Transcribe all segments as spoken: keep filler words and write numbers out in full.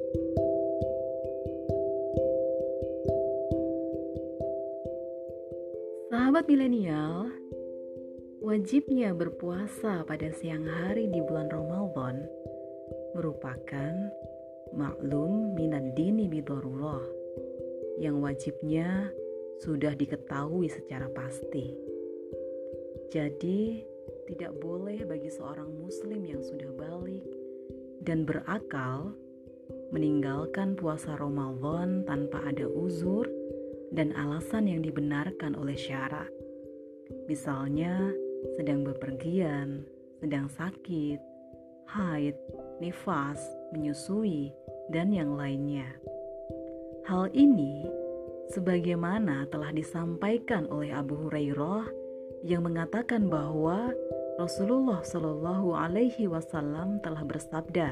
Sahabat milenial, wajibnya berpuasa pada siang hari di bulan Ramadan merupakan maklum minad dini bidarurah yang wajibnya sudah diketahui secara pasti. Jadi, tidak boleh bagi seorang muslim yang sudah balik dan berakal meninggalkan puasa Ramadan tanpa ada uzur dan alasan yang dibenarkan oleh syara. Misalnya sedang bepergian, sedang sakit, haid, nifas, menyusui, dan yang lainnya. Hal ini sebagaimana telah disampaikan oleh Abu Hurairah yang mengatakan bahwa Rasulullah Shallallahu Alaihi Wasallam telah bersabda,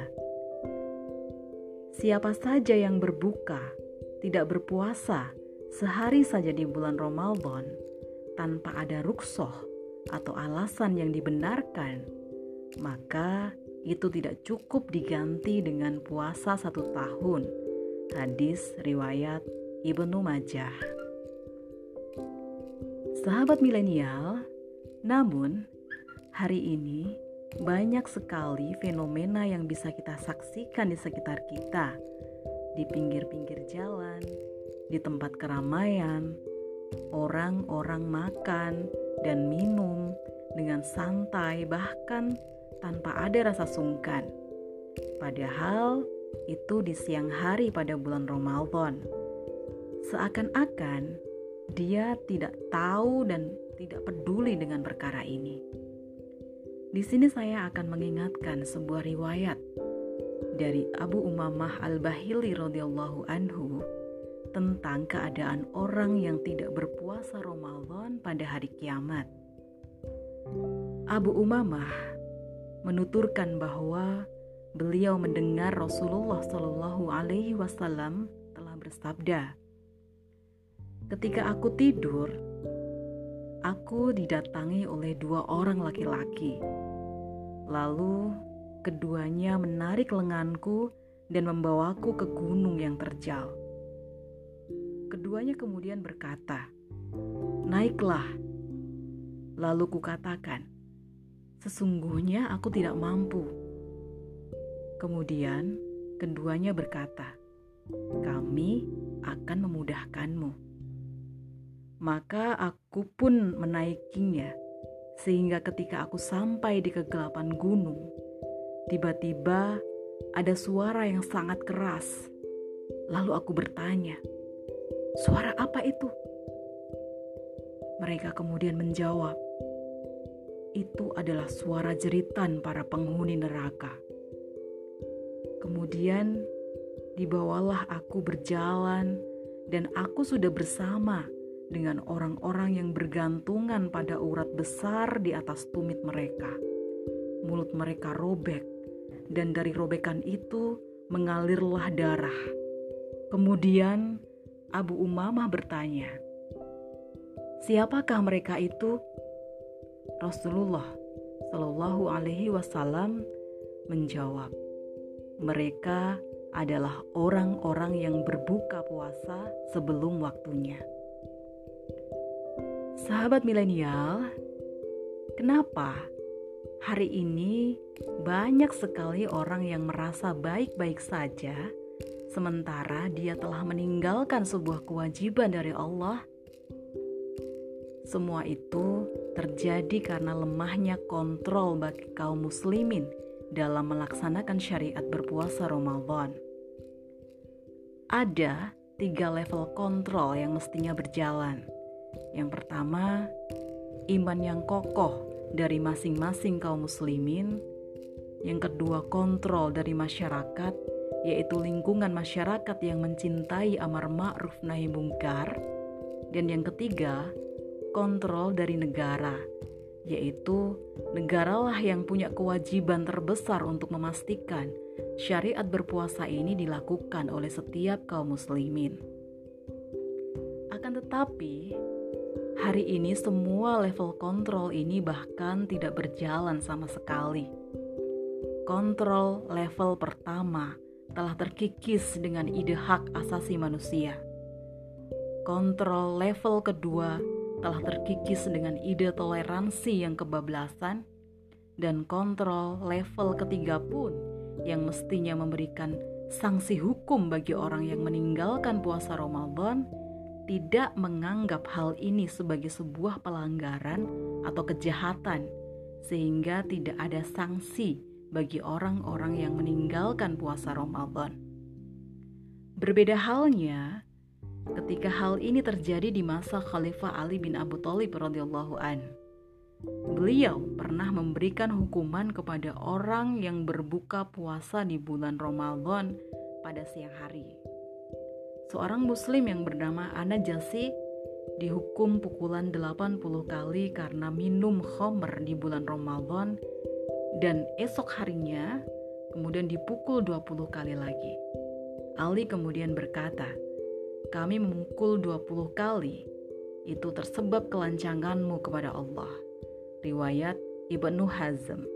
"Siapa saja yang berbuka, tidak berpuasa sehari saja di bulan Ramadan tanpa ada rukhsah atau alasan yang dibenarkan, maka itu tidak cukup diganti dengan puasa satu tahun." Hadis riwayat Ibnu Majah. Sahabat milenial, namun hari ini banyak sekali fenomena yang bisa kita saksikan di sekitar kita, di pinggir-pinggir jalan, di tempat keramaian. Orang-orang makan dan minum dengan santai, bahkan tanpa ada rasa sungkan. Padahal itu di siang hari pada bulan Ramadan. Seakan-akan dia tidak tahu dan tidak peduli dengan perkara ini. Di sini saya akan mengingatkan sebuah riwayat dari Abu Umamah Al-Bahili radhiyallahu anhu tentang keadaan orang yang tidak berpuasa Ramadan pada hari kiamat. Abu Umamah menuturkan bahwa beliau mendengar Rasulullah Shallallahu Alaihi Wasallam telah bersabda, "Ketika aku tidur, aku didatangi oleh dua orang laki-laki. Lalu keduanya menarik lenganku dan membawaku ke gunung yang terjal. Keduanya kemudian berkata, 'Naiklah.' Lalu kukatakan, 'Sesungguhnya aku tidak mampu.' Kemudian keduanya berkata, 'Kami akan memudahkanmu.' Maka aku pun menaikinya, sehingga ketika aku sampai di kegelapan gunung, tiba-tiba ada suara yang sangat keras. Lalu aku bertanya, 'Suara apa itu?' Mereka kemudian menjawab, 'Itu adalah suara jeritan para penghuni neraka.' Kemudian dibawalah aku berjalan, dan aku sudah bersama dengan orang-orang yang bergantungan pada urat besar di atas tumit mereka. Mulut mereka robek, dan dari robekan itu mengalirlah darah. Kemudian Abu Umamah bertanya, 'Siapakah mereka itu?' Rasulullah Shallallahu Alaihi Wasallam menjawab, 'Mereka adalah orang-orang yang berbuka puasa sebelum waktunya.' Sahabat milenial, kenapa hari ini banyak sekali orang yang merasa baik-baik saja, sementara dia telah meninggalkan sebuah kewajiban dari Allah? Semua itu terjadi karena lemahnya kontrol bagi kaum muslimin dalam melaksanakan syariat berpuasa Ramadan. Ada tiga level kontrol yang mestinya berjalan. Yang pertama, iman yang kokoh dari masing-masing kaum muslimin. Yang kedua, kontrol dari masyarakat, yaitu lingkungan masyarakat yang mencintai amar ma'ruf nahi mungkar. Dan yang ketiga, kontrol dari negara, yaitu negaralah yang punya kewajiban terbesar untuk memastikan syariat berpuasa ini dilakukan oleh setiap kaum muslimin. Akan tetapi, hari ini semua level kontrol ini bahkan tidak berjalan sama sekali. Kontrol level pertama telah terkikis dengan ide hak asasi manusia. Kontrol level kedua telah terkikis dengan ide toleransi yang kebablasan, dan kontrol level ketiga pun yang mestinya memberikan sanksi hukum bagi orang yang meninggalkan puasa Ramadan tidak menganggap hal ini sebagai sebuah pelanggaran atau kejahatan, sehingga tidak ada sanksi bagi orang-orang yang meninggalkan puasa Ramadan. Berbeda halnya ketika hal ini terjadi di masa Khalifah Ali bin Abu Thalib radhiyallahu an. Beliau pernah memberikan hukuman kepada orang yang berbuka puasa di bulan Ramadan pada siang hari. Seorang muslim yang bernama An-Najasyi dihukum pukulan delapan puluh kali karena minum khamr di bulan Ramadan, dan esok harinya kemudian dipukul dua puluh kali lagi. Ali kemudian berkata, "Kami memukul dua puluh kali, itu tersebab kelancanganmu kepada Allah." Riwayat Ibnu Hazm.